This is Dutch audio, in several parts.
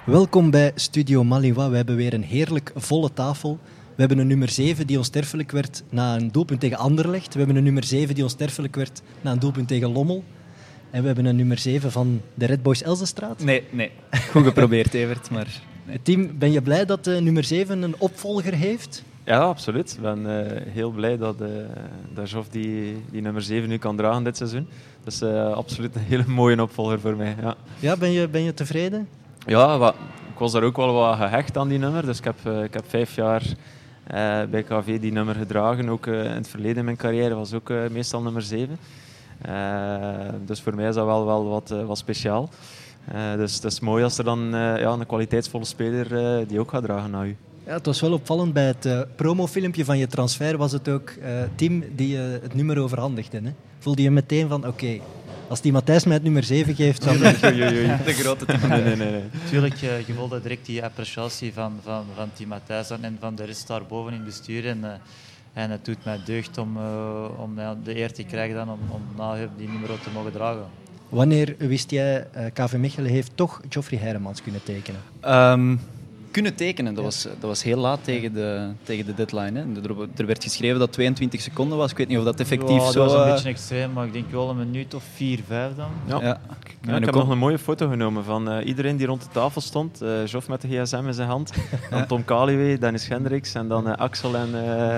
Welkom bij Studio Malinois. We hebben weer een heerlijk volle tafel. We hebben een nummer 7 die onsterfelijk werd na een doelpunt tegen Anderlecht. We hebben een nummer 7 die onsterfelijk werd na een doelpunt tegen Lommel. En we hebben een nummer 7 van de Red Boys Elzenstraat. Nee. Goed geprobeerd, Evert. Maar nee. Team, ben je blij dat nummer 7 een opvolger heeft? Ja, absoluut. Ik ben heel blij dat Geoff die nummer 7 nu kan dragen dit seizoen. Dat is absoluut een hele mooie opvolger voor mij. Ja, ben je tevreden? Ja, ik was daar ook wel wat gehecht aan die nummer. Dus ik heb 5 jaar bij KV die nummer gedragen. Ook in het verleden in mijn carrière was ook meestal nummer 7. Dus voor mij is dat wel wat speciaal. Dus het is mooi als er dan een kwaliteitsvolle speler die ook gaat dragen naar u. Ja, het was wel opvallend. Bij het promofilmpje van je transfer was het ook Tim die het nummer overhandigde. Hè? Voelde je meteen van, oké, als die Matthijs mij het nummer 7 geeft... Dan... De grote Tim. Nee. Tuurlijk, je voelde direct die appreciatie van Tim Matthijs en van de rest daarboven in het bestuur. En het doet mij deugd om de eer te krijgen dan om na die nummer te mogen dragen. Wanneer wist jij, KV Mechelen heeft toch Geoffrey Heiremans kunnen tekenen? Kunnen tekenen, dat was heel laat tegen de deadline. Hè. Er werd geschreven dat 22 seconden was. Ik weet niet of dat effectief dat zo... was een beetje extreem, maar ik denk wel een minuut of 4, 5 dan. Ja. Ik heb nog een mooie foto genomen van iedereen die rond de tafel stond. Geoff met de gsm in zijn hand. Dan Tom Kaliwé, Dennis Hendricks en dan Axel en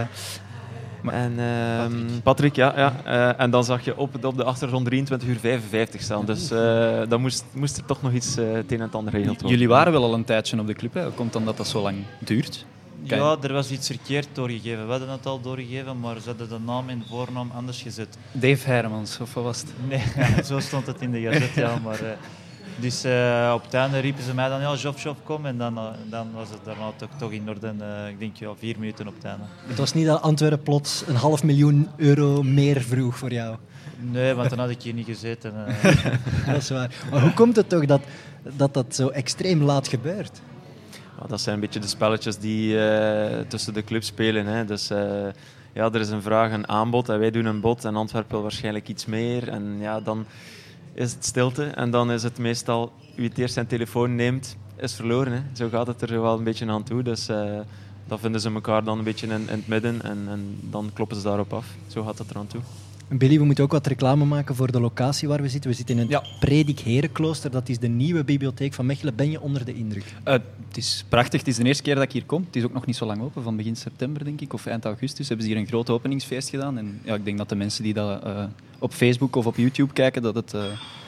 Patrick. En dan zag je op de achtergrond 23:55 staan. Dus dan moest er toch nog iets het een en het ander geregeld worden. Jullie waren wel al een tijdje op de club. Hè. Hoe komt dan dat dat zo lang duurt? Ja, er was iets verkeerd doorgegeven. We hadden het al doorgegeven, maar ze hadden de naam en de voornaam anders gezet. Dave Heiremans, of wat was het? Nee, zo stond het in de gazette, ja. Maar, dus op het einde riepen ze mij dan, ja, Geoff, kom. En dan was het daarna toch in orde. Ik denk 4 minuten op het einde. Het was niet dat Antwerpen plots €500.000 meer vroeg voor jou. Nee, want dan had ik hier niet gezeten. Dat is waar. Maar hoe komt het toch dat zo extreem laat gebeurt? Dat zijn een beetje de spelletjes die tussen de clubs spelen. Hè. Dus er is een vraag, een aanbod en wij doen een bod en Antwerpen wil waarschijnlijk iets meer. En ja, dan is het stilte en dan is het meestal wie het eerst zijn telefoon neemt, is verloren. Hè. Zo gaat het er wel een beetje aan toe. Dus dan vinden ze elkaar dan een beetje in het midden en dan kloppen ze daarop af. Zo gaat het eraan toe. Billy, we moeten ook wat reclame maken voor de locatie waar we zitten. We zitten in het Predik Herenklooster. Dat is de nieuwe bibliotheek van Mechelen. Ben je onder de indruk? Het is prachtig. Het is de eerste keer dat ik hier kom. Het is ook nog niet zo lang open. Van begin september, denk ik, of eind augustus hebben ze hier een groot openingsfeest gedaan. En ja, ik denk dat de mensen die dat op Facebook of op YouTube kijken, dat het...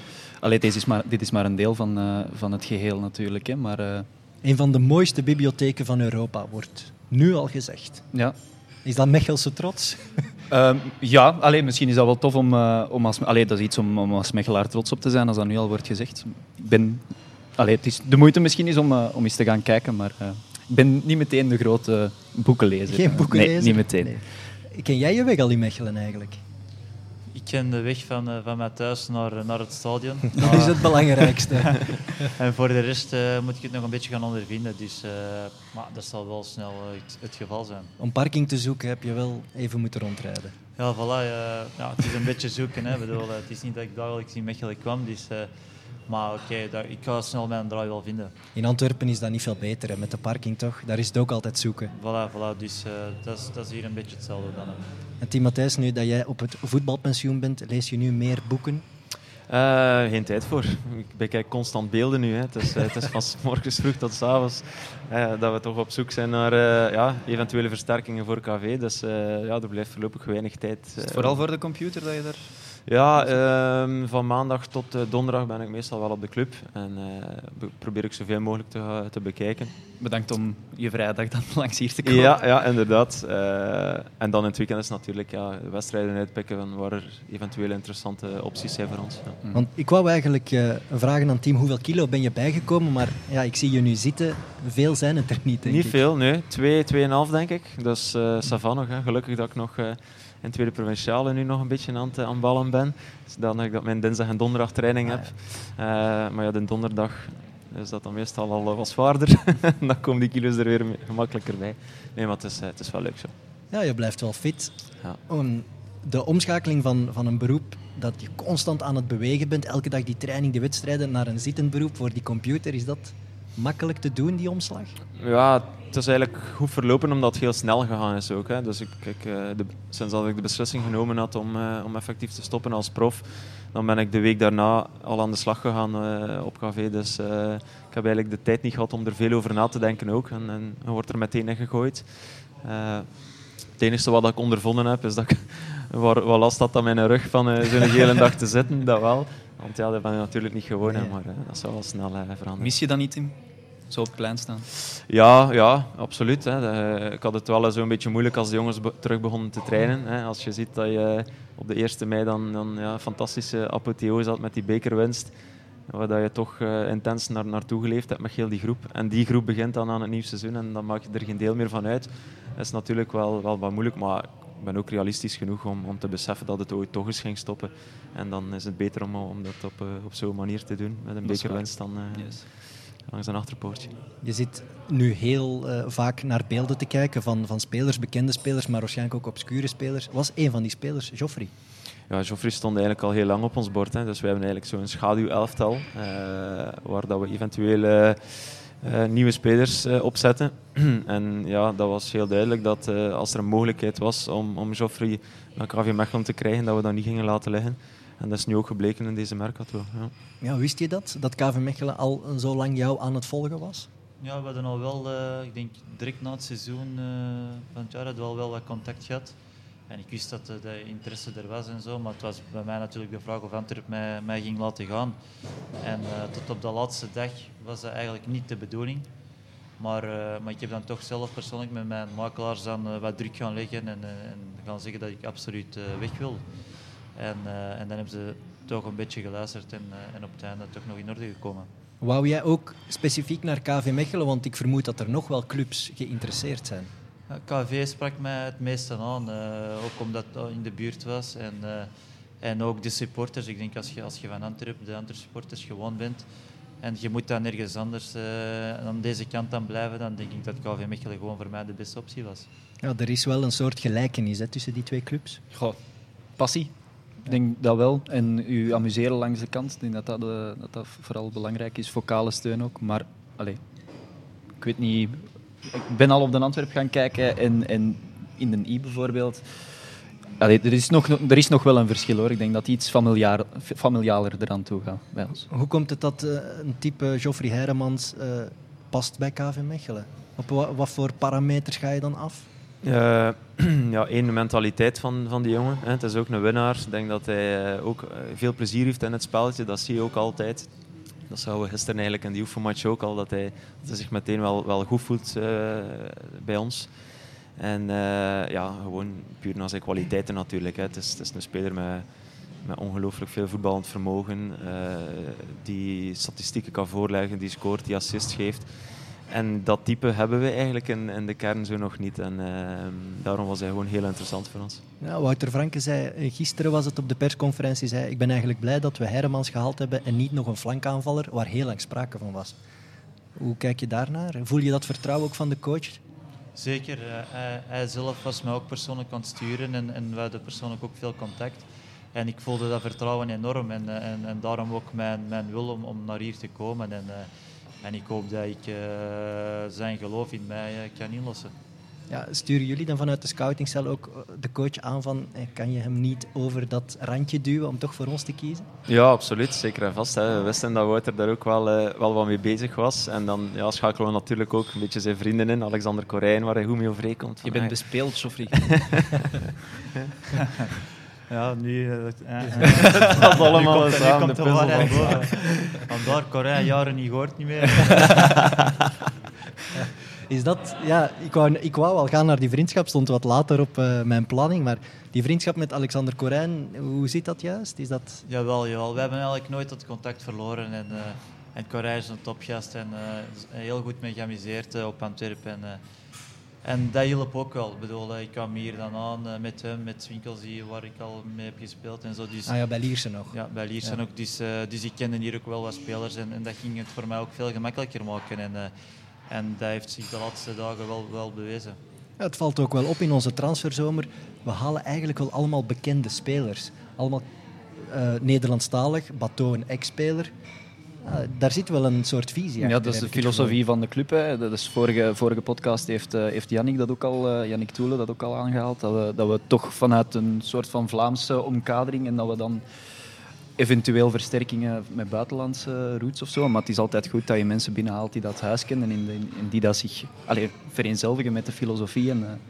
dit is maar een deel van het geheel natuurlijk. Hè. Maar, een van de mooiste bibliotheken van Europa wordt nu al gezegd. Ja. Is dat Mechelse trots? Misschien is dat wel tof dat is iets om als Mechelaar trots op te zijn, als dat nu al wordt gezegd. Het is de moeite misschien is om eens te gaan kijken, maar ik ben niet meteen de grote boekenlezer. Geen boekenlezer? Nee, niet meteen. Nee. Ken jij je weg al in Mechelen eigenlijk? Ik ken de weg van mijn thuis naar het stadion. Dat is het belangrijkste. En voor de rest moet ik het nog een beetje gaan ondervinden. Dus, maar dat zal wel snel het geval zijn. Om parking te zoeken heb je wel even moeten rondrijden. Ja, voilà. Het is een beetje zoeken. Hè. Het is niet dat ik dagelijks in Mechelen kwam. Dus, maar ik ga snel mijn draai wel vinden. In Antwerpen is dat niet veel beter, hè, met de parking toch? Daar is het ook altijd zoeken. Voilà. Dus dat is hier een beetje hetzelfde dan. En Tim Matthijs, nu dat jij op het voetbalpensioen bent, lees je nu meer boeken? Geen tijd voor. Ik bekijk constant beelden nu. Hè. Het is van 's morgens vroeg tot 's avonds dat we toch op zoek zijn naar eventuele versterkingen voor KV. Dus er blijft voorlopig weinig tijd. Is het vooral voor de computer dat je daar... Ja, van maandag tot donderdag ben ik meestal wel op de club. En probeer ik zoveel mogelijk te bekijken. Bedankt om je vrijdag dan langs hier te komen. Ja, inderdaad. En dan in het weekend is natuurlijk wedstrijden uitpikken van waar er eventueel interessante opties zijn voor ons. Ja. Want ik wou eigenlijk vragen aan Tim, hoeveel kilo ben je bijgekomen? Maar ja, ik zie je nu zitten. Veel zijn het er niet, denk ik. Niet veel, nee. 2,5 denk ik. Dus ça va nog. Hè. Gelukkig dat ik nog... in tweede provinciale nu nog een beetje aan het ballen ben. Dus dan dat ik mijn dinsdag en donderdag training heb. Maar de donderdag is dat dan meestal al wat zwaarder. Dan komen die kilo's er weer gemakkelijker bij. Nee, maar het is wel leuk zo. Ja, je blijft wel fit. Ja. De omschakeling van een beroep dat je constant aan het bewegen bent, elke dag die training, die wedstrijden, naar een zittend beroep voor die computer, is dat makkelijk te doen, die omslag? Ja, het is eigenlijk goed verlopen omdat het heel snel gegaan is ook. Hè. Dus sinds dat ik de beslissing genomen had om effectief te stoppen als prof, dan ben ik de week daarna al aan de slag gegaan op café. Dus ik heb eigenlijk de tijd niet gehad om er veel over na te denken ook. En je wordt er meteen in gegooid. Het enige wat ik ondervonden heb, is dat ik wat last had aan mijn rug van zo'n hele dag te zitten. Dat wel. Want ja, dat ben je natuurlijk niet gewoon, nee. Maar dat zou wel snel veranderen. Mis je dat niet, Tim? Zo op het plein staan? Ja, absoluut. Hè. Ik had het wel zo'n beetje moeilijk als de jongens terug begonnen te trainen. Hè. Als je ziet dat je op de 1 mei dan een fantastische apotheose had met die bekerwinst, waar dat je toch intens naartoe geleefd hebt met heel die groep. En die groep begint dan aan het nieuwe seizoen en dan maak je er geen deel meer van uit. Dat is natuurlijk wel wat moeilijk, maar ik ben ook realistisch genoeg om te beseffen dat het ooit toch eens ging stoppen. En dan is het beter om dat op zo'n manier te doen, met een bekerwinst dan langs een achterpoortje. Je zit nu heel vaak naar beelden te kijken van spelers, bekende spelers, maar waarschijnlijk ook obscure spelers. Was een van die spelers Joffrey? Ja, Joffrey stond eigenlijk al heel lang op ons bord. Hè. Dus we hebben eigenlijk zo'n schaduwelftal waar dat we eventueel nieuwe spelers opzetten. En ja, dat was heel duidelijk dat als er een mogelijkheid was om Joffrey naar KV Mechelen te krijgen, dat we dat niet gingen laten liggen. En dat is nu ook gebleken in deze mercato. Ja. Ja, wist je dat KV Mechelen al zo lang jou aan het volgen was? Ja, we hadden al wel, ik denk direct na het seizoen van het jaar, hadden we al wel wat contact gehad. En ik wist dat de interesse er was en zo, maar het was bij mij natuurlijk de vraag of Antwerpen mij ging laten gaan. En tot op de laatste dag was dat eigenlijk niet de bedoeling. Maar ik heb dan toch zelf persoonlijk met mijn makelaars dan wat druk gaan leggen en gaan zeggen dat ik absoluut weg wil. En dan hebben ze toch een beetje geluisterd en op het einde toch nog in orde gekomen. Wou jij ook specifiek naar KV Mechelen? Want ik vermoed dat er nog wel clubs geïnteresseerd zijn. KV sprak mij het meeste aan, ook omdat het in de buurt was. En ook de supporters. Ik denk als je van Antwerpen, de andere supporters gewoon bent en je moet dan ergens anders aan deze kant aan blijven, dan denk ik dat KV Mechelen gewoon voor mij de beste optie was. Ja, er is wel een soort gelijkenis tussen die twee clubs. Goh, passie. Ik denk dat wel. En u amuseren langs de kant. Ik denk dat vooral belangrijk is. Vocale steun ook. Maar, ik weet niet... Ik ben al op de Antwerp gaan kijken en in de I bijvoorbeeld... er is nog wel een verschil, hoor. Ik denk dat iets familialer eraan toe gaat bij ons. Hoe komt het dat een type Joffrey Heiremans past bij KV Mechelen? Op wat voor parameters ga je dan af? De mentaliteit van die jongen. Hè. Het is ook een winnaar. Ik denk dat hij ook veel plezier heeft in het spelletje. Dat zie je ook altijd. Dat zagen we gisteren eigenlijk in die oefenmatch ook al. Dat hij zich meteen wel goed voelt bij ons. En gewoon puur naar zijn kwaliteiten natuurlijk. Hè. Het is een speler met ongelooflijk veel voetballend vermogen. Die statistieken kan voorleggen, die scoort, die assist geeft. En dat type hebben we eigenlijk in de kern zo nog niet. En daarom was hij gewoon heel interessant voor ons. Ja, Wouter Franke zei, gisteren was het op de persconferentie, zei, ik ben eigenlijk blij dat we Heiremans gehaald hebben en niet nog een flankaanvaller, waar heel lang sprake van was. Hoe kijk je daarnaar? Voel je dat vertrouwen ook van de coach? Zeker. Hij zelf was mij ook persoonlijk aan het sturen en we hadden persoonlijk ook veel contact. En ik voelde dat vertrouwen enorm en daarom ook mijn wil om naar hier te komen. En ik hoop dat ik zijn geloof in mij kan inlossen. Ja, sturen jullie dan vanuit de scoutingcel ook de coach aan van kan je hem niet over dat randje duwen om toch voor ons te kiezen? Ja, absoluut. Zeker en vast. Hè. We wisten dat Wouter daar ook wel wat mee bezig was. En dan schakelen we natuurlijk ook een beetje zijn vrienden in. Alexander Corijn, waar hij goed mee overeenkomt. Je bent bespeeld, Joffrey. Ja, nu... dat allemaal samen. Nu komt de waarheid boven. Vandaar Corijn jaren niet gehoord niet meer. Is dat... Ja, ik wou al gaan naar die vriendschap, stond wat later op mijn planning, maar die vriendschap met Alexander Corijn, hoe zit dat juist? Is dat... Jawel. We hebben eigenlijk nooit dat contact verloren en Corijn is een topgast en heel goed mee geamuseerd op Antwerpen. En dat hielp ook wel. Ik bedoel, ik kwam hier dan aan met hem, met Swinkels, waar ik al mee heb gespeeld en zo. Dus, bij Lierse nog. Ja, bij Lierse ook. Dus ik kende hier ook wel wat spelers en dat ging het voor mij ook veel gemakkelijker maken. En dat heeft zich de laatste dagen wel bewezen. Ja, het valt ook wel op in onze transferzomer. We halen eigenlijk wel allemaal bekende spelers. Allemaal Nederlandstalig, Bateau een ex-speler. Daar zit wel een soort visie achter. Ja, dat is de filosofie van de club. Hè. Dat is vorige podcast heeft Yannick dat ook al, Yannick Toele dat ook al aangehaald. Dat we toch vanuit een soort van Vlaamse omkadering en dat we dan eventueel versterkingen met buitenlandse roots of zo. Maar het is altijd goed dat je mensen binnenhaalt die dat huis kennen en die dat zich vereenzelvigen met de filosofie.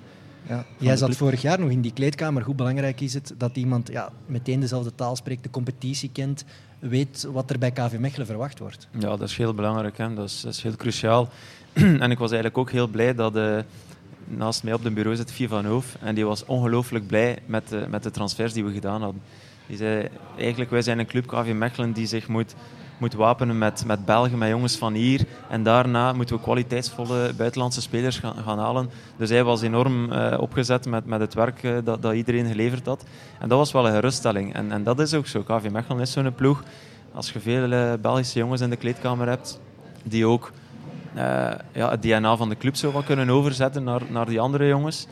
Jij zat vorig jaar nog in die kleedkamer. Hoe belangrijk is het dat iemand meteen dezelfde taal spreekt, de competitie kent, weet wat er bij KV Mechelen verwacht wordt? Ja, dat is heel belangrijk. Hè. Dat is heel cruciaal. En ik was eigenlijk ook heel blij dat naast mij op de bureau zit Vier van Hoof. En die was ongelooflijk blij met de transfers die we gedaan hadden. Die zei, eigenlijk, wij zijn een club, KV Mechelen, die zich moet wapenen met Belgen, met jongens van hier. En daarna moeten we kwaliteitsvolle buitenlandse spelers gaan halen. Dus hij was enorm opgezet met het werk dat iedereen geleverd had. En dat was wel een geruststelling. En dat is ook zo. KV Mechelen is zo'n ploeg. Als je veel Belgische jongens in de kleedkamer hebt, die ook het DNA van de club zo wat kunnen overzetten naar die andere jongens,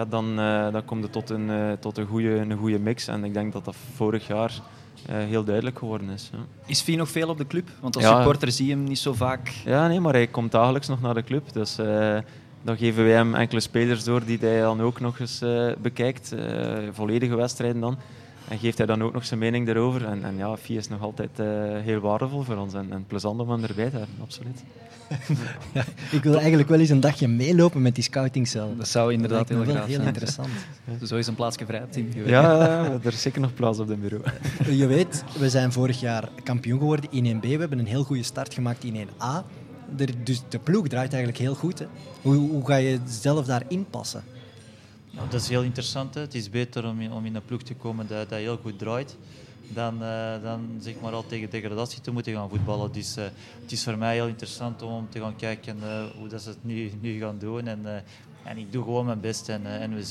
dan komt het tot een goede mix. En ik denk dat vorig jaar heel duidelijk geworden is. Ja. Is Fie nog veel op de club? Want als supporter zie je hem niet zo vaak. Ja, nee, maar hij komt dagelijks nog naar de club. Dus dan geven wij hem enkele spelers door die hij dan ook nog eens bekijkt. Volledige wedstrijden dan. En geeft hij dan ook nog zijn mening daarover. En Fie is nog altijd heel waardevol voor ons. En plezant om hem erbij te hebben, absoluut. Ja, ik wil eigenlijk wel eens een dagje meelopen met die scoutingcel. Dat zou inderdaad heel graag zijn. Interessant. Zo is een plaatsje vrij, Tim. Ja, er is zeker nog plaats op het bureau. Je weet, we zijn vorig jaar kampioen geworden in 1B. We hebben een heel goede start gemaakt in 1A. Dus de ploeg draait eigenlijk heel goed. Hè. Hoe ga je zelf daarin passen? Nou, dat is heel interessant. Hè. Het is beter om in een ploeg te komen dat heel goed draait, dan zeg maar al tegen degradatie te moeten gaan voetballen. Dus het is voor mij heel interessant om te gaan kijken hoe dat ze het nu gaan doen. En ik doe gewoon mijn best en we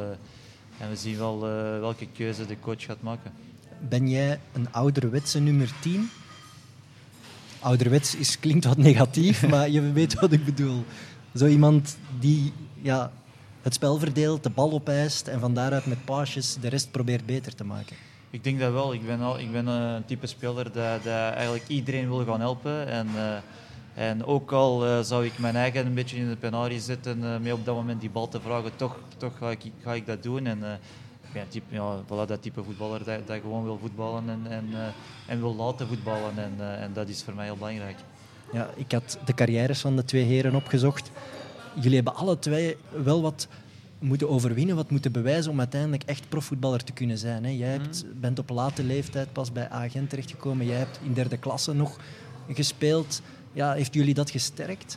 zien wel welke keuze de coach gaat maken. Ben jij een ouderwetse nummer 10? Ouderwets klinkt wat negatief, maar je weet wat ik bedoel. Zo iemand die het spel verdeelt, de bal opeist en van daaruit met paasjes de rest probeert beter te maken. Ik denk dat wel. Ik ben een type speler dat eigenlijk iedereen wil gaan helpen. En ook al zou ik mijn eigen een beetje in de penarie zetten mee op dat moment die bal te vragen, toch ga ik dat doen. En ik ben type, dat type voetballer dat gewoon wil voetballen en wil laten voetballen. En dat is voor mij heel belangrijk. Ja, ik had de carrières van de twee heren opgezocht. Jullie hebben alle twee wel wat moeten overwinnen, wat moeten bewijzen om uiteindelijk echt profvoetballer te kunnen zijn. Hè. Jij bent op late leeftijd pas bij Agent terechtgekomen. Jij hebt in derde klasse nog gespeeld. Ja, heeft jullie dat gesterkt?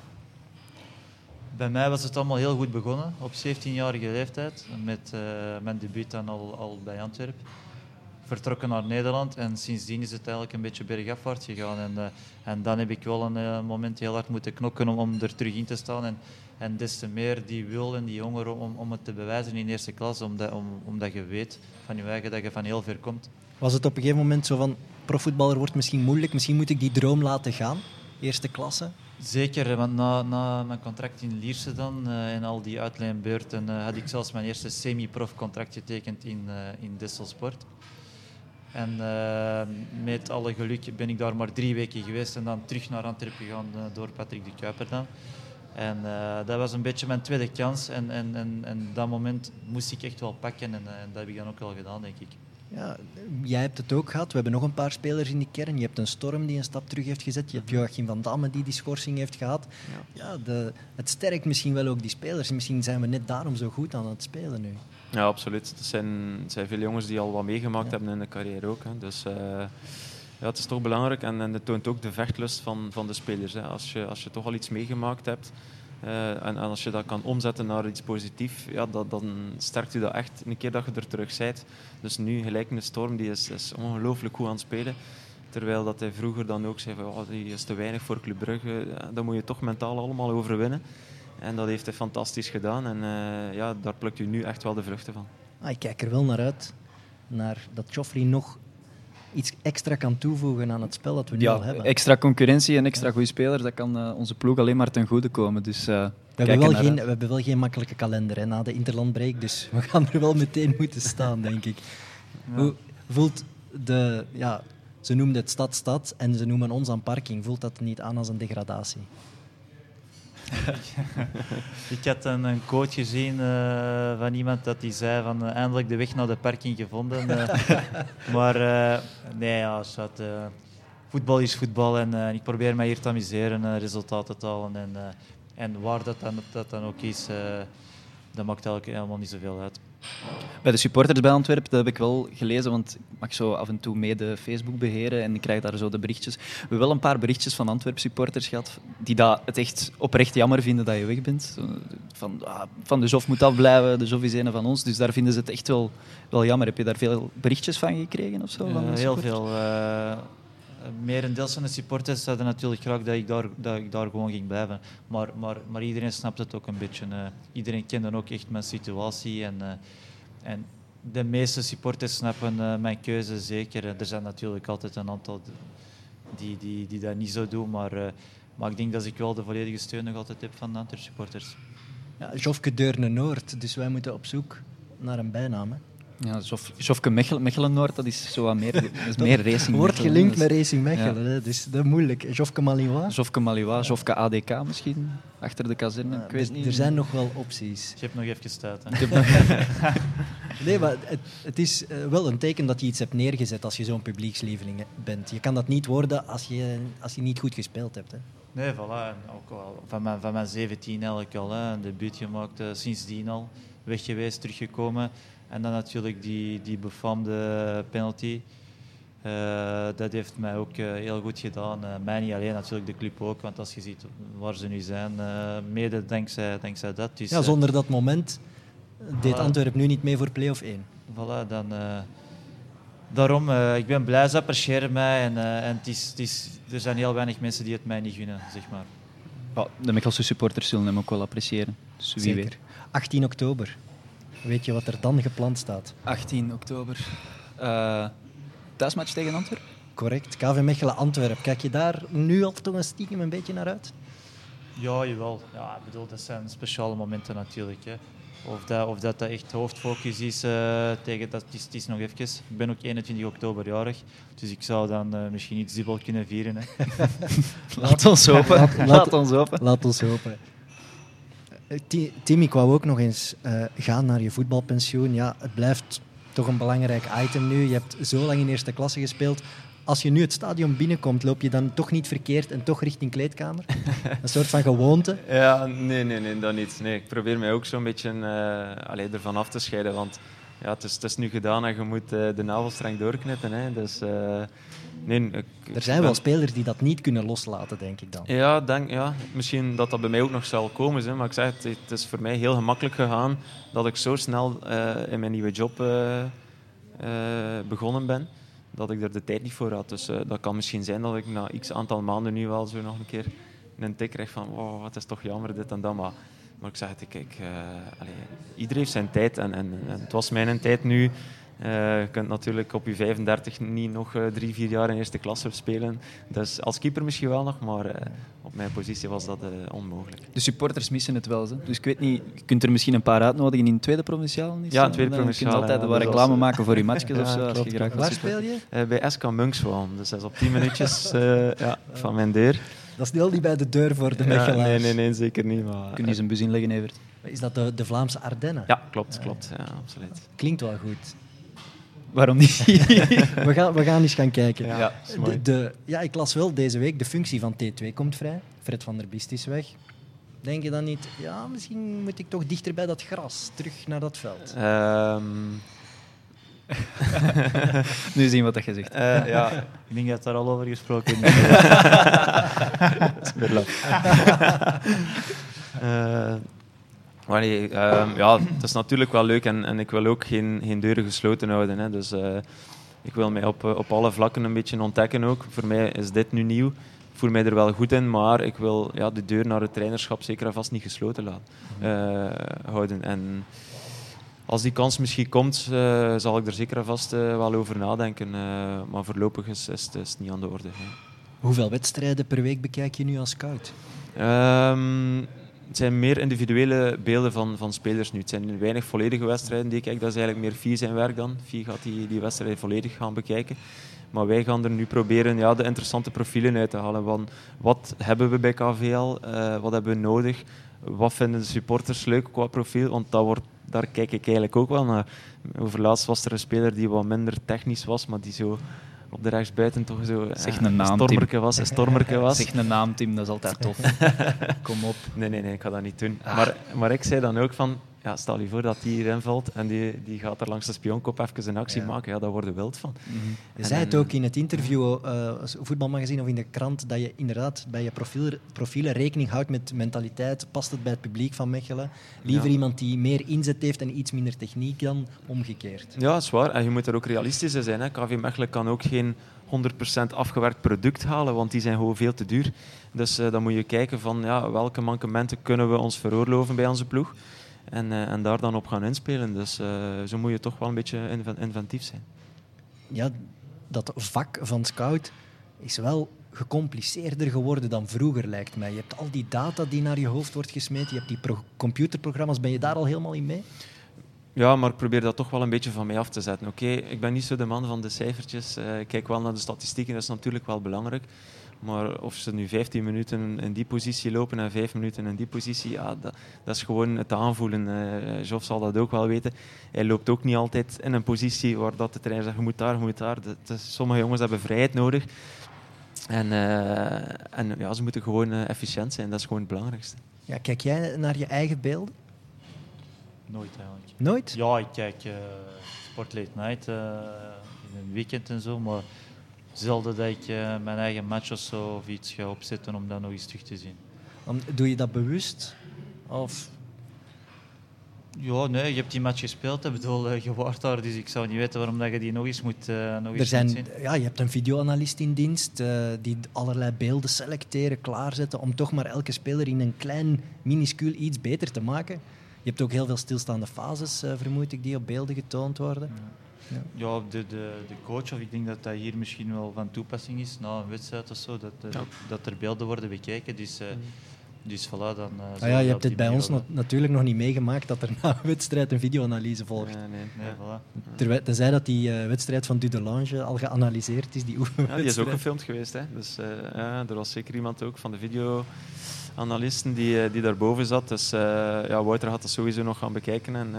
Bij mij was het allemaal heel goed begonnen. Op 17-jarige leeftijd. Met mijn debuut dan al bij Antwerpen. Vertrokken naar Nederland. En sindsdien is het eigenlijk een beetje bergafwaarts gegaan. En dan heb ik wel een moment heel hard moeten knokken om er terug in te staan. En des te meer die wil en die honger om het te bewijzen in eerste klas, omdat je weet van je eigen dat je van heel ver komt. Was het op een gegeven moment zo van, profvoetballer wordt misschien moeilijk, misschien moet ik die droom laten gaan, eerste klasse? Zeker, want na mijn contract in Lierse dan en al die uitleenbeurten had ik zelfs mijn eerste semi-prof contract getekend in Desselsport. En met alle geluk ben ik daar maar 3 weken geweest en dan terug naar Antwerpen gegaan door Patrick de Kuiper dan. En dat was een beetje mijn tweede kans en dat moment moest ik echt wel pakken en dat heb ik dan ook wel gedaan, denk ik. Ja, jij hebt het ook gehad. We hebben nog een paar spelers in die kern. Je hebt een Storm die een stap terug heeft gezet. Je hebt Joachim van Damme die schorsing heeft gehad. Ja, het sterkt misschien wel ook die spelers. Misschien zijn we net daarom zo goed aan het spelen nu. Ja, absoluut. Er zijn veel jongens die al wat meegemaakt hebben in de carrière ook. Hè. Dus het is toch belangrijk en het toont ook de vechtlust van de spelers. Hè. Als je toch al iets meegemaakt hebt en als je dat kan omzetten naar iets positiefs, dan sterkt u dat echt een keer dat je er terug bent. Dus nu, gelijk een Storm, die is ongelooflijk goed aan het spelen. Terwijl dat hij vroeger dan ook zei van die is te weinig voor Club Brugge. Dat moet je toch mentaal allemaal overwinnen. En dat heeft hij fantastisch gedaan. En daar plukt u nu echt wel de vruchten van. Ik kijk er wel naar uit. Naar dat Joffrey nog iets extra kan toevoegen aan het spel dat we nu al hebben. Extra concurrentie en extra goede spelers, dat kan onze ploeg alleen maar ten goede komen. Dus, we hebben wel geen makkelijke kalender hè, na de interlandbreak, dus we gaan er wel meteen moeten staan, denk ik. Ja. Hoe voelt Ze noemden het stad en ze noemen ons aan parking. Voelt dat niet aan als een degradatie? Ik had een quote gezien van iemand dat die zei van eindelijk de weg naar de parking gevonden. Maar nee, ja, voetbal is voetbal en ik probeer mij hier te amuseren, resultaten te halen. En waar dat dan ook is, dat maakt eigenlijk helemaal niet zoveel uit. Bij de supporters bij Antwerpen, dat heb ik wel gelezen, want ik mag zo af en toe mee de Facebook beheren en ik krijg daar zo de berichtjes. We hebben wel een paar berichtjes van Antwerp supporters gehad die dat het echt oprecht jammer vinden dat je weg bent. Van de Zof moet afblijven, de Zof is een van ons, dus daar vinden ze het echt wel jammer. Heb je daar veel berichtjes van gekregen of zo? Heel veel. Merendeels van de supporters hadden natuurlijk graag dat ik daar gewoon ging blijven. Maar iedereen snapt het ook een beetje. Iedereen kent dan ook echt mijn situatie. En de meeste supporters snappen mijn keuze zeker. Er zijn natuurlijk altijd een aantal die dat niet zo doen. Maar ik denk dat ik wel de volledige steun nog altijd heb van de Antwerp supporters. Ja, Jofke Deurne-Noord, dus wij moeten op zoek naar een bijnaam. Hè? Ja, Jofke Mechelen-Noord, dat is zo wat meer, dat is meer Racing. Wordt gelinkt met Racing Mechelen, hè? Dus dat is moeilijk. Jofke Malinois? Jofke Malinois, Jofke ADK misschien, achter de kazerne. Ik weet niet. Er zijn nog wel opties. Je hebt nog even tijd. Nee, maar het is wel een teken dat je iets hebt neergezet als je zo'n publiekslieveling bent. Je kan dat niet worden als je niet goed gespeeld hebt. Hè? Nee, voilà. En ook al van mijn 17 eigenlijk al. Een debuut gemaakt, sindsdien al. Weg geweest, teruggekomen. En dan natuurlijk die befaamde penalty. Dat heeft mij ook heel goed gedaan. Mij niet alleen, natuurlijk de club ook. Want als je ziet waar ze nu zijn, mede dankzij dat. Dus, ja, zonder dat moment deed Antwerpen nu niet mee voor play-off 1. Voilà, dan... Daarom, ik ben blij, ze appreciëren mij. En er zijn heel weinig mensen die het mij niet gunnen, zeg maar. Ja, de Mechelse supporters zullen hem ook wel appreciëren. Dus wie Zeker. weet. 18 oktober. Weet je wat er dan gepland staat? 18 oktober. Thuismatch tegen Antwerpen? Correct. KV Mechelen-Antwerpen. Kijk je daar nu al toch een stiekem een beetje naar uit? Ja, jawel. Ja, ik bedoel, dat zijn speciale momenten natuurlijk. Hè. Of dat echt hoofdfocus is tegen dat, het is nog even. Ik ben ook 21 oktober jarig, dus ik zou dan misschien iets dubbel kunnen vieren. Hè. Laat ons hopen. Laat ons hopen. Laat ons hopen. Tim, ik wou ook nog eens gaan naar je voetbalpensioen. Ja, het blijft toch een belangrijk item nu. Je hebt zo lang in eerste klasse gespeeld. Als je nu het stadion binnenkomt, loop je dan toch niet verkeerd en toch richting kleedkamer? Een soort van gewoonte? Ja, nee, dat niet. Nee, ik probeer mij ook zo'n beetje ervan af te scheiden. Want ja, het is nu gedaan en je moet de navelstreng doorknippen. Hè. Dus, er zijn wel spelers die dat niet kunnen loslaten, denk ik dan. Ja, misschien dat bij mij ook nog zal komen. Hè. Maar ik zeg, het is voor mij heel gemakkelijk gegaan dat ik zo snel in mijn nieuwe job begonnen ben. Dat ik er de tijd niet voor had. Dus dat kan misschien zijn dat ik na x aantal maanden nu wel zo nog een keer een tik krijg van wow, wat is toch jammer dit en dat. Maar ik zeg het, iedereen heeft zijn tijd en het was mijn tijd nu. Je kunt natuurlijk op je 35 niet nog 3-4 jaar in eerste klasse spelen. Dus als keeper misschien wel nog, maar op mijn positie was dat onmogelijk. De supporters missen het wel. Hè? Dus ik weet niet, je kunt er misschien een paar uitnodigen in het tweede provinciaal? Ja, in tweede provinciaal. Je kunt altijd wat reclame maken voor je matchjes of zo. Als je graag Waar speel je? Bij SK Munkswaan. Dus dat is op 10 minuutjes van mijn deur. Dat is niet bij de deur voor de Mechelaars. Nee, zeker niet. Maar, kun je eens een bus inleggen, Evert? Is dat de Vlaamse Ardennen? Ja, klopt. Ja, absoluut. Klinkt wel goed. Waarom niet? we gaan eens gaan kijken. Ja, ik las wel deze week, de functie van T2 komt vrij. Fred van der Biest is weg. Denk je dan niet, ja, misschien moet ik toch dichter bij dat gras, terug naar dat veld? Nu zien wat je zegt. Ja. Ik denk dat daar al over gesproken is. Dat is weer laf. Het is natuurlijk wel leuk en ik wil ook geen deuren gesloten houden. Hè. Dus ik wil mij op alle vlakken een beetje ontdekken ook. Voor mij is dit nu nieuw. Ik voel mij er wel goed in, maar ik wil de deur naar het trainerschap zeker en vast niet gesloten houden. En als die kans misschien komt, zal ik er zeker en vast wel over nadenken. Maar voorlopig is het niet aan de orde. Hè. Hoeveel wedstrijden per week bekijk je nu als scout? Het zijn meer individuele beelden van spelers nu. Het zijn weinig volledige wedstrijden die ik kijk. Dat is eigenlijk meer Fie zijn werk dan. Fie gaat die wedstrijd volledig gaan bekijken. Maar wij gaan er nu proberen de interessante profielen uit te halen. Want wat hebben we bij KVL? Wat hebben we nodig? Wat vinden de supporters leuk qua profiel? Want daar kijk ik eigenlijk ook wel naar. Overlaatst was er een speler die wat minder technisch was, maar die zo op de rechtsbuiten toch zo een stormerke was. Zeg een naam, Tim, dat is altijd tof. Kom op. Nee, ik ga dat niet doen. Maar ik zei dan ook van, stel je voor dat die hierin valt en die gaat er langs de spionkop even een actie maken. Ja, daar worden we wild van. Mm-hmm. Je zei het ook in het interview, voetbalmagazine of in de krant, dat je inderdaad bij je profielen rekening houdt met mentaliteit. Past het bij het publiek van Mechelen? Liever iemand die meer inzet heeft en iets minder techniek dan omgekeerd. Ja, dat is waar. En je moet er ook realistisch in zijn. Hè. KV Mechelen kan ook geen 100% afgewerkt product halen, want die zijn gewoon veel te duur. Dus dan moet je kijken van welke mankementen kunnen we ons veroorloven bij onze ploeg. En daar dan op gaan inspelen. Dus zo moet je toch wel een beetje inventief zijn. Ja, dat vak van scout is wel gecompliceerder geworden dan vroeger, lijkt mij. Je hebt al die data die naar je hoofd wordt gesmeten. Je hebt die computerprogramma's. Ben je daar al helemaal in mee? Ja, maar ik probeer dat toch wel een beetje van mij af te zetten. Oké, ik ben niet zo de man van de cijfertjes. Ik kijk wel naar de statistieken, dat is natuurlijk wel belangrijk. Maar of ze nu 15 minuten in die positie lopen en 5 minuten in die positie, dat is gewoon het aanvoelen. Joff zal dat ook wel weten. Hij loopt ook niet altijd in een positie waar dat de trainer zegt, je moet daar. Sommige jongens hebben vrijheid nodig. En ze moeten gewoon efficiënt zijn. Dat is gewoon het belangrijkste. Ja, kijk jij naar je eigen beelden? Nooit eigenlijk. Nooit? Ja, ik kijk Sport Late Night in een weekend en zo, maar zelden dat ik mijn eigen match of iets ga opzetten om dat nog eens terug te zien. Doe je dat bewust? Of... Ja, nee, je hebt die match gespeeld. Ik bedoel, je waart daar, dus ik zou niet weten waarom dat je die nog eens moet zien. Ja, je hebt een videoanalist in dienst die allerlei beelden selecteren, klaarzetten om toch maar elke speler in een klein, minuscuul iets beter te maken. Je hebt ook heel veel stilstaande fases, vermoed ik, die op beelden getoond worden. Ja, de coach, of ik denk dat dat hier misschien wel van toepassing is, na een wedstrijd of zo, dat er beelden worden bekeken. Dus voilà, dan... je hebt het bij ons natuurlijk nog niet meegemaakt dat er na een wedstrijd een videoanalyse volgt. Nee, voilà. Tenzij dat die wedstrijd van Dudelange al geanalyseerd is, die oefenwedstrijd. Die is ook gefilmd geweest. Hè. Dus er was zeker iemand ook van de videoanalisten die daarboven zat. Dus Wouter gaat dat sowieso nog gaan bekijken en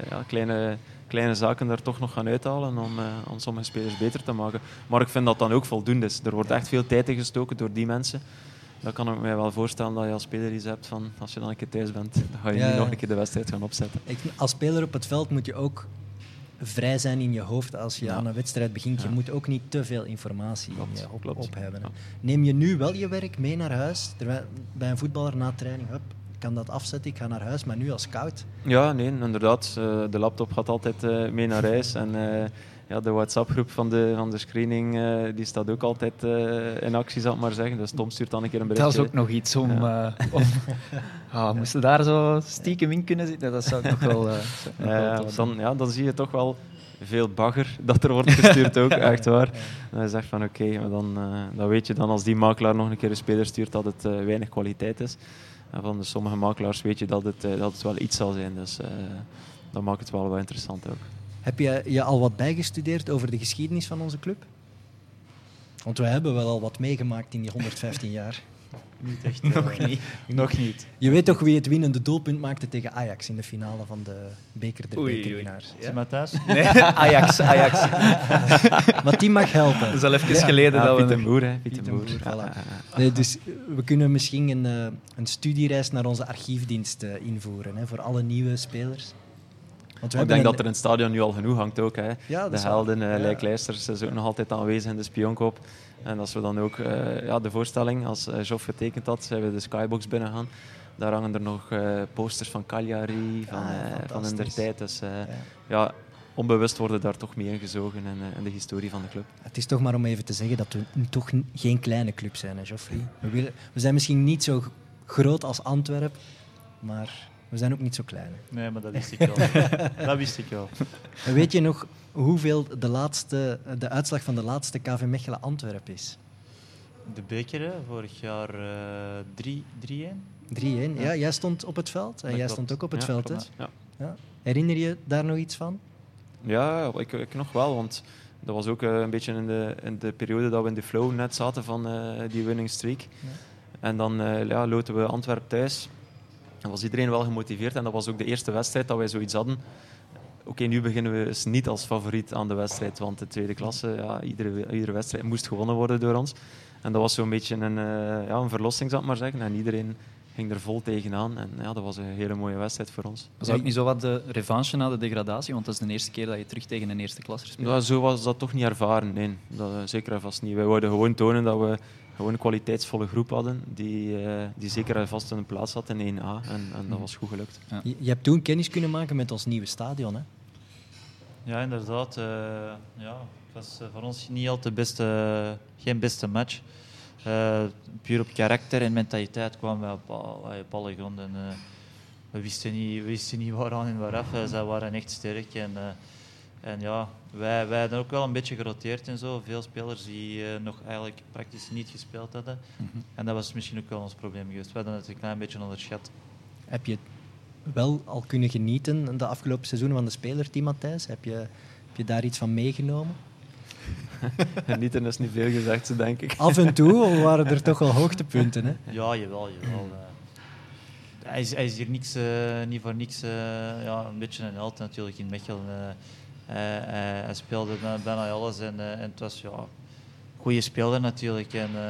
kleine zaken daar toch nog gaan uithalen om sommige spelers beter te maken. Maar ik vind dat dan ook voldoende is. Er wordt echt veel tijd in gestoken door die mensen. Dan kan ik me wel voorstellen dat je als speler iets hebt van als je dan een keer thuis bent, dan ga je niet nog een keer de wedstrijd gaan opzetten. Als speler op het veld moet je ook vrij zijn in je hoofd als je aan een wedstrijd begint. Je moet ook niet te veel informatie op hebben. Ja. Neem je nu wel je werk mee naar huis? Bij een voetballer na training, ik kan dat afzetten, ik ga naar huis, maar nu als scout? Ja, nee, inderdaad. De laptop gaat altijd mee naar huis en de WhatsApp-groep van de screening die staat ook altijd in actie, zal ik maar zeggen. Dus Tom stuurt dan een keer een berichtje. Dat is ook nog iets om... moesten daar zo stiekem in kunnen zitten? Dat zou ik nog wel... Dan zie je toch wel veel bagger dat er wordt gestuurd ook, echt waar. En je zegt van oké, maar dan weet je dan als die makelaar nog een keer een speler stuurt dat het weinig kwaliteit is. En van de sommige makelaars weet je dat het wel iets zal zijn. Dus dat maakt het wel interessant ook. Heb je al wat bijgestudeerd over de geschiedenis van onze club? Want wij hebben wel al wat meegemaakt in die 115 jaar. Niet echt. Nog niet. Je weet toch wie het winnende doelpunt maakte tegen Ajax in de finale van de beker der bekerwinnaars? Is hij maar thuis? Nee, Ajax. Maar die mag helpen. Dat is al even geleden dat we... Pieter Boer. Voilà. Nee, dus we kunnen misschien een studiereis naar onze archiefdienst invoeren voor alle nieuwe spelers. Ik denk dat er in het stadion nu al genoeg hangt ook. Hè. Ja, de helden, Lijklijsters, is ook nog altijd aanwezig in de spionkop. En als we dan ook de voorstelling, als Joff getekend had, zijn we de Skybox binnengegaan. Daar hangen er nog posters van Cagliari, van in der tijd. Dus onbewust worden daar toch mee ingezogen in de historie van de club. Het is toch maar om even te zeggen dat we toch geen kleine club zijn, hè, Geoffrey? We zijn misschien niet zo groot als Antwerpen, maar... We zijn ook niet zo klein. Hè? Nee, maar dat wist ik wel. Dat wist ik wel. Weet je nog hoeveel de uitslag van de laatste KV Mechelen Antwerpen is? De beker, vorig jaar 3-1. 3-1, ja. Jij stond op het veld en jij stond ook op het veld. Hè? Ja. Herinner je daar nog iets van? Ja, ik nog wel, want Dat was ook een beetje in de periode dat we in de flow net zaten van die winning streak. Ja. En dan loten we Antwerpen thuis. Dan was iedereen wel gemotiveerd en dat was ook de eerste wedstrijd dat wij zoiets hadden. Oké, nu beginnen we dus niet als favoriet aan de wedstrijd, want de tweede klasse, iedere wedstrijd moest gewonnen worden door ons. En dat was zo'n beetje een verlossing, zal ik maar zeggen. En iedereen ging er vol tegenaan. En dat was een hele mooie wedstrijd voor ons. Was dat ook niet zo wat de revanche na de degradatie? Want dat is de eerste keer dat je terug tegen een eerste klasser speelt. Ja, zo was dat toch niet ervaren. Nee, dat zeker en vast niet. Wij wilden gewoon tonen dat we gewoon een kwaliteitsvolle groep hadden die zeker en vast een plaats had in 1A. En dat was goed gelukt. Ja. Je hebt toen kennis kunnen maken met ons nieuwe stadion, hè? Ja, inderdaad. Het was voor ons niet altijd geen beste match. Puur op karakter en mentaliteit kwamen we op alle gronden. We wisten niet waaraan en waaraf. Zij waren echt sterk. Wij hadden ook wel een beetje geroteerd en zo. Veel spelers die nog eigenlijk praktisch niet gespeeld hadden. Mm-hmm. En dat was misschien ook wel ons probleem geweest. We hadden het een klein beetje onderschat. Heb je wel al kunnen genieten de afgelopen seizoenen van de spelerteam, Matthijs? Heb je daar iets van meegenomen? Genieten is niet veel gezegd, denk ik. Af en toe waren er toch wel hoogtepunten, hè? Ja, jawel. Hij is hier niet voor niks een beetje een held natuurlijk in Mechelen. Hij speelde bijna alles en het was een goede speler natuurlijk.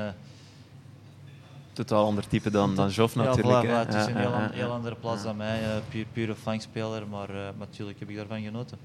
Totaal ander type dan Joff natuurlijk. Ja, het is een heel andere plaats dan mij. Pure flankspeler, maar natuurlijk heb ik daarvan genoten.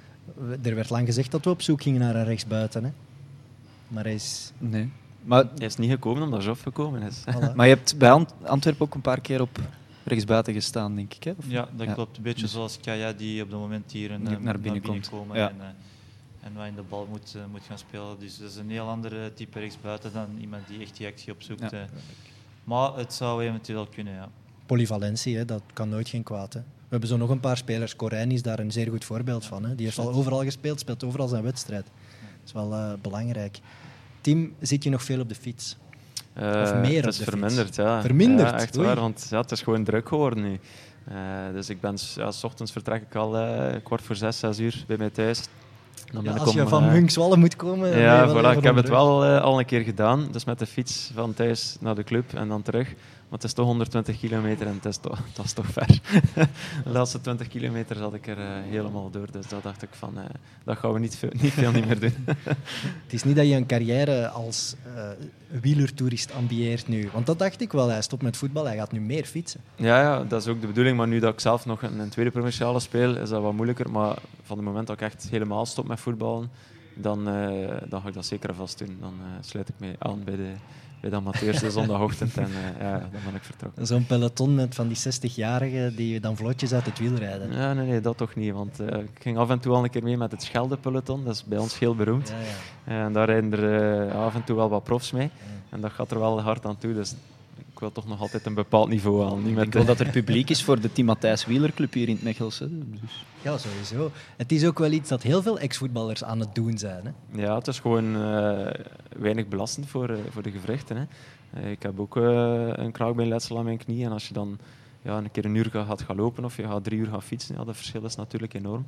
Er werd lang gezegd dat we op zoek gingen naar een rechtsbuiten, hè? Maar hij is... Nee. Maar hij is niet gekomen omdat Joff gekomen is. Voilà. Maar je hebt bij Antwerpen ook een paar keer op rechtsbuiten gestaan, denk ik. Hè? Ja, dat klopt. Een beetje zoals Kaya, die op het moment hier naar binnen komt. Ja. En waar in de bal moet gaan spelen. Dus dat is een heel ander type rechtsbuiten dan iemand die echt die actie opzoekt. Ja. Maar het zou eventueel kunnen, ja. Polyvalentie, hè, dat kan nooit geen kwaad. Hè. We hebben zo nog een paar spelers. Corijn is daar een zeer goed voorbeeld van. Hè. Die heeft al overal gespeeld, speelt overal zijn wedstrijd. Dat is wel belangrijk. Tim, zit je nog veel op de fiets? Of meer het is verminderd, ja. Verminderd? Ja, echt waar, want het is gewoon druk geworden nu. Dus ik ben, 's ochtends vertrek ik al 5:45, 6 uur bij mij thuis. Dan ben als je van Munkswallen moet komen... Ja, voilà, ik heb het wel al een keer gedaan. Dus met de fiets van thuis naar de club en dan terug. Maar het is toch 120 kilometer en dat is toch ver. De laatste 20 kilometer zat ik er helemaal door. Dus dat dacht ik van, dat gaan we niet veel meer doen. Het is niet dat je een carrière als wielertoerist ambieert nu. Want dat dacht ik wel. Hij stopt met voetbal, hij gaat nu meer fietsen. Ja, dat is ook de bedoeling. Maar nu dat ik zelf nog een tweede provinciale speel, is dat wat moeilijker. Maar van het moment dat ik echt helemaal stop met voetballen, dan ga ik dat zeker vast doen. Dan sluit ik mij aan bij de amateurs de zondagochtend en dan ben ik vertrokken. Zo'n peloton met van die 60-jarigen die dan vlotjes uit het wiel rijden. Ja, nee, dat toch niet. Want ik ging af en toe al een keer mee met het Schelde-peloton. Dat is bij ons heel beroemd. Ja. En daar rijden er af en toe wel wat profs mee. Ja. En dat gaat er wel hard aan toe. Dus ik wil toch nog altijd een bepaald niveau aan. Niet ik wil dat er publiek is voor de Team Matthijs Wielerclub hier in het Mechelse. Dus. Ja, sowieso. Het is ook wel iets dat heel veel ex-voetballers aan het doen zijn. Hè? Ja, het is gewoon weinig belastend voor de gewrichten. Hè. Ik heb ook een kraakbeenletsel aan mijn knie. En als je dan een keer een uur gaat gaan lopen of je gaat 3 uur gaan fietsen, dat verschil is natuurlijk enorm.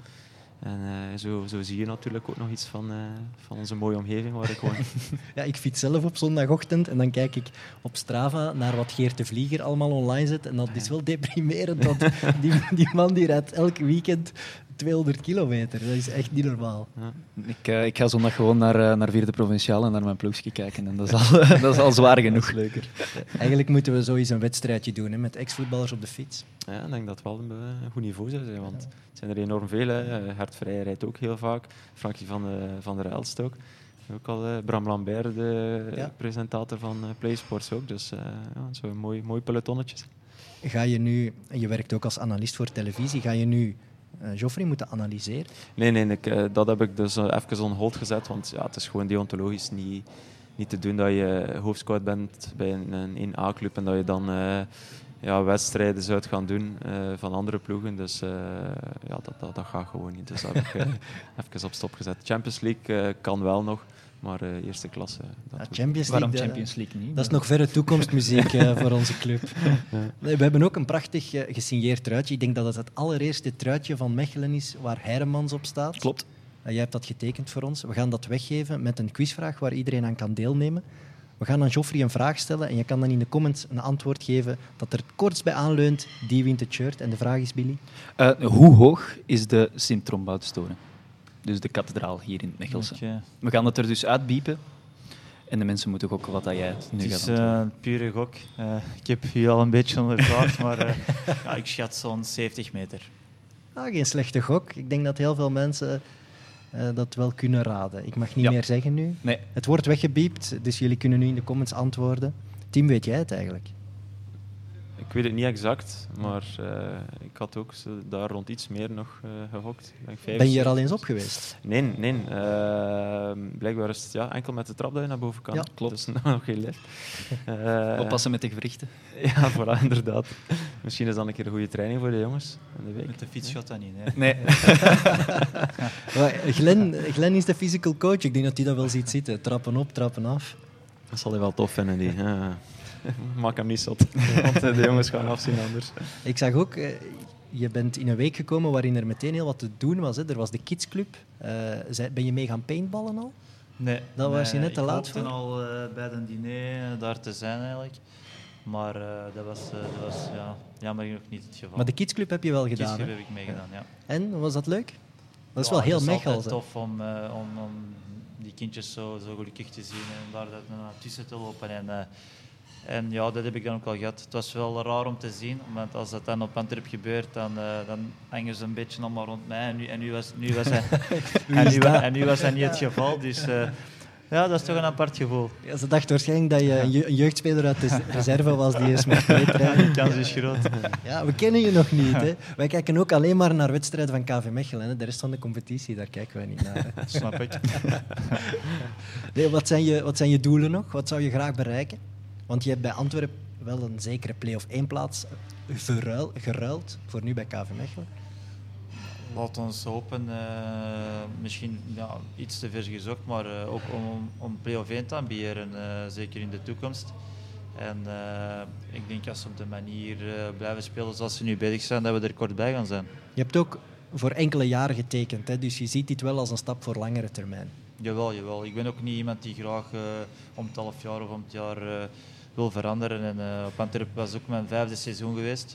En zo zie je natuurlijk ook nog iets van onze mooie omgeving waar ik woon. Ja, ik fiets zelf op zondagochtend en dan kijk ik op Strava naar wat Geert de Vlieger allemaal online zet. En dat is wel deprimerend, want die man die rijdt elk weekend 200 kilometer. Dat is echt niet normaal. Ja. Ik ga zondag gewoon naar Vierde Provinciale en naar mijn ploegje kijken. En dat is al zwaar genoeg. Leuker. Eigenlijk moeten we zoiets een wedstrijdje doen, hè, met ex-voetballers op de fiets. Ja, ik denk dat het wel een goed niveau zou zijn, want het zijn er enorm veel. Hè. Gert Vrij rijdt ook heel vaak. Frankie van der Elst ook. Ook al Bram Lambert, de presentator van PlaySports ook. Dus zo'n mooi pelotonnetje. Ga je nu, je werkt ook als analist voor televisie, ga je nu Geoffrey moeten analyseren? Nee, dat heb ik dus even on hold gezet, want het is gewoon deontologisch niet te doen dat je hoofdscout bent bij een 1A-club en dat je dan wedstrijden zou gaan doen van andere ploegen. Dus dat gaat gewoon niet. Dus dat heb ik even op stop gezet. Champions League kan wel nog, maar eerste klasse. Waarom Champions League niet? Dat is nog verre toekomstmuziek voor onze club. Ja. Nee, we hebben ook een prachtig gesigneerd truitje. Ik denk dat het allereerste truitje van Mechelen is waar Heiremans op staat. Klopt. Jij hebt dat getekend voor ons. We gaan dat weggeven met een quizvraag waar iedereen aan kan deelnemen. We gaan aan Geoffrey een vraag stellen en je kan dan in de comments een antwoord geven dat er het kortst bij aanleunt. Die wint het shirt. En de vraag is, Billy? Hoe hoog is de Sint-Tromboutostoren? Dus de kathedraal hier in het Mechelse. Okay. We gaan het er dus uitbiepen. En de mensen moeten gokken wat dat jij nu Het gaat is antwoorden. een pure gok. Ik heb u al een beetje ondervraagd, maar ik schat zo'n 70 meter. Geen slechte gok. Ik denk dat heel veel mensen dat wel kunnen raden. Ik mag niet meer zeggen nu. Nee. Het wordt weggebiept, dus jullie kunnen nu in de comments antwoorden. Tim, weet jij het eigenlijk? Ik weet het niet exact, maar ik had ook daar rond iets meer nog gehokt. Ben je er al eens op geweest? Nee. Blijkbaar is het enkel met de trap dat je naar boven kan. Ja, klopt. Dus nog geen lift. Oppassen met de gewrichten. Ja, voilà, inderdaad. Misschien is dat een keer een goede training voor de jongens in de week. Met de fiets gaat dat niet. Hè? Nee. Glenn is de physical coach. Ik denk dat hij dat wel ziet zitten. Trappen op, trappen af. Dat zal hij wel tof vinden. Die. Ja. Maak hem niet zot, want de jongens gaan afzien anders. Ik zag ook, je bent in een week gekomen waarin er meteen heel wat te doen was. Hè. Er was de kidsclub. Ben je mee gaan paintballen al? Nee. Dat was je net te laat Ik voor? hoopte al bij de diner daar te zijn eigenlijk. Maar dat was jammer genoeg niet het geval. Maar de kidsclub heb je wel gedaan. Kidsclub Hè? heb ik meegedaan, ja. En, was dat leuk? Dat is wel heel Het is Mechels. altijd Hè. tof om die kindjes zo gelukkig te zien en daar tussen te lopen. En ja, dat heb ik dan ook wel gehad. Het was wel raar om te zien, want als dat dan op Antwerp gebeurt, dan hangen ze een beetje allemaal rond mij. En nu was dat niet het geval. Dus ja, dat is toch een apart gevoel. Ja, ze dacht waarschijnlijk dat je een jeugdspeler uit de reserve was die eerst mocht meetrainen. De kans is groot. Ja, we kennen je nog niet. Hè. Wij kijken ook alleen maar naar wedstrijden van KV Mechelen. Hè. De rest van de competitie, daar kijken wij niet naar. Hè. Snap ik. Nee, wat zijn je doelen nog? Wat zou je graag bereiken? Want je hebt bij Antwerpen wel een zekere play-off 1 plaats geruild voor nu bij KV Mechelen. Laat ons hopen, misschien iets te ver gezocht, maar ook om play-off 1 te ambiëren, zeker in de toekomst. En ik denk als ze op de manier blijven spelen zoals ze nu bezig zijn, dat we er kort bij gaan zijn. Je hebt ook voor enkele jaren getekend, hè? Dus je ziet dit wel als een stap voor langere termijn. Jawel. Ik ben ook niet iemand die graag om het half jaar of om het jaar wil veranderen. En op Antwerpen was ook mijn 5e seizoen geweest.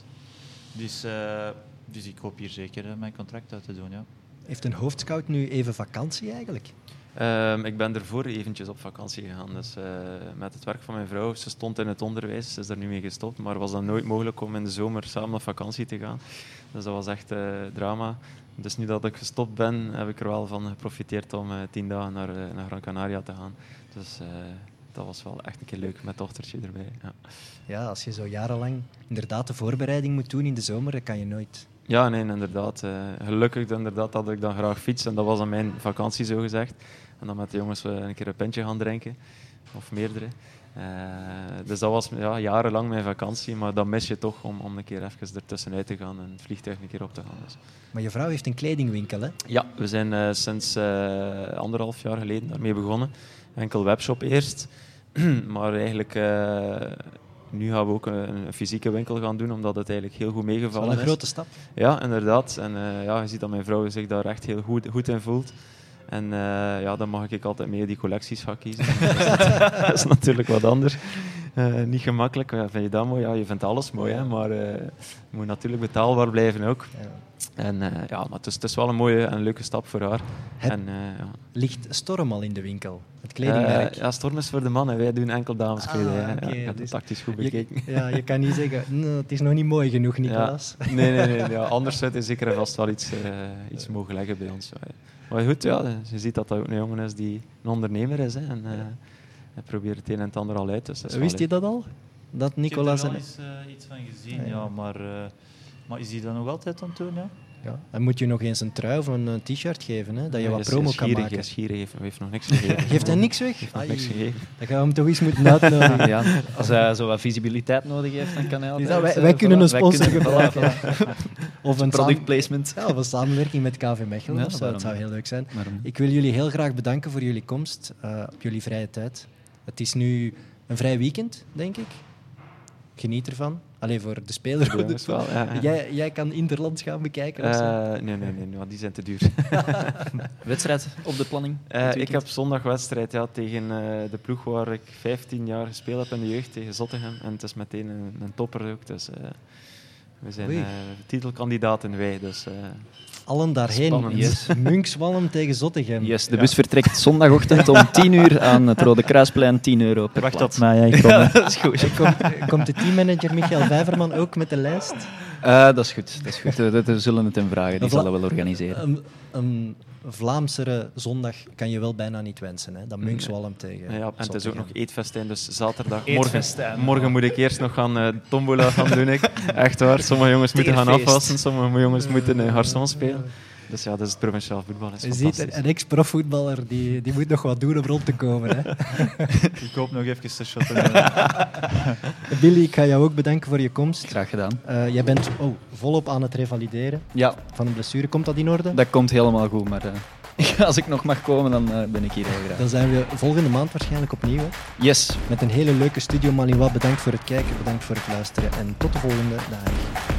Dus ik hoop hier zeker mijn contract uit te doen. Ja. Heeft een hoofdscout nu even vakantie eigenlijk? Ik ben ervoor eventjes op vakantie gegaan. Dus, met het werk van mijn vrouw. Ze stond in het onderwijs, ze is er nu mee gestopt. Maar was dan nooit mogelijk om in de zomer samen op vakantie te gaan. Dus dat was echt drama. Dus nu dat ik gestopt ben, heb ik er wel van geprofiteerd om 10 dagen naar Gran Canaria te gaan. Dus dat was wel echt een keer leuk met dochtertje erbij. Ja. Ja, als je zo jarenlang inderdaad de voorbereiding moet doen in de zomer, dan kan je nooit. Ja, nee, inderdaad. Gelukkig inderdaad dat ik dan graag fiets. En dat was dan mijn vakantie, zo gezegd. En dan met de jongens een keer een pintje gaan drinken. Of meerdere. Dus dat was jarenlang mijn vakantie. Maar dan mis je toch om een keer even ertussenuit te gaan en het vliegtuig een keer op te gaan. Dus. Maar je vrouw heeft een kledingwinkel, hè? Ja, we zijn sinds 1,5 jaar geleden daarmee begonnen. Enkel webshop eerst. Maar eigenlijk... nu gaan we ook een fysieke winkel gaan doen, omdat het eigenlijk heel goed meegevallen is. Dat is wel een grote stap. Ja, inderdaad. En je ziet dat mijn vrouw zich daar echt heel goed in voelt. En dan mag ik altijd mee die collecties gaan kiezen. Dat is natuurlijk wat anders. Niet gemakkelijk. Vind je dat mooi? Ja, je vindt alles mooi, hè? Maar het moet natuurlijk betaalbaar blijven ook. Ja. En, maar het is wel een mooie en leuke stap voor haar. Ligt Storm al in de winkel? Het kledingmerk? Ja, Storm is voor de mannen. Wij doen enkel dameskleding. Okay, ik heb het tactisch goed bekeken. Je kan niet zeggen, het is nog niet mooi genoeg, Nicolas. Ja. Nee. Ja, anders zou hij zeker en vast wel iets mogen leggen bij ons. Maar goed, je ziet dat dat ook een jongen is die een ondernemer is. Hè, en hij probeert het een en het ander al uit. Dus wist je dat al? Dat Nicolas... Ik heb er wel iets van gezien, maar is hij dat nog altijd aan het doen? Ja? Ja. En moet je nog eens een trui of een t-shirt geven, hè, dat je wat promo kan maken. Schieren heeft nog niks gegeven. Geeft hij niks weg? Heeft nog niks gegeven. Dan gaan we hem toch eens moeten uitnodigen. Ja, als hij zo wat visibiliteit nodig heeft, dan kan hij altijd... Wij kunnen een sponsor gebruiken. Of een productplacement. Ja, of een samenwerking met KV Mechelen. Ja, dat zou heel leuk zijn. Waarom? Ik wil jullie heel graag bedanken voor jullie komst op jullie vrije tijd. Het is nu een vrij weekend, denk ik. Geniet ervan. Allee, voor de speler. De jongens wel, ja. Jij kan Interlands gaan bekijken of zo? Nee, want die zijn te duur. Wedstrijd op de planning? Ik heb zondag wedstrijd tegen de ploeg waar ik 15 jaar gespeeld heb in de jeugd, tegen Zottegem. En het is meteen een topper ook. Dus we zijn titelkandidaten wij. Dus, allen daarheen. spannend. Yes. Munkswalm tegen Zottegem. Yes, de bus vertrekt zondagochtend om 10:00 aan het Rode Kruisplein, €10 per Wacht plaats. op mij, ik kom. Ja, dat is goed. Komt de teammanager Michael Vijverman ook met de lijst? Dat is goed. We zullen het hem vragen, die Vla- zal dat wel organiseren. Een Vlaamsere zondag kan je wel bijna niet wensen. Hè? Dat Munkswalm tegen Ja, en het is ook Zottegem. nog eetfestijn, dus zaterdag. Eetfestijn. Morgen moet ik eerst nog gaan tombola gaan doen. Echt waar. Sommige jongens moeten gaan Teerfeest. afwassen, sommige jongens moeten garçon spelen. Dus ja, dat is het provinciaal voetbal. Is Je ziet, fantastisch. een ex-profvoetballer die moet nog wat doen om rond te komen. Hè? Ik hoop nog even te shotten. Billy, ik ga jou ook bedanken voor je komst. Graag gedaan. Jij bent volop aan het revalideren Ja, van een blessure. Komt dat in orde? dat komt helemaal goed, maar als ik nog mag komen, dan ben ik hier heel graag. Dan zijn we volgende maand waarschijnlijk opnieuw. Hè? Yes. Met een hele leuke Studio Malinois. Bedankt voor het kijken, bedankt voor het luisteren en tot de volgende dag.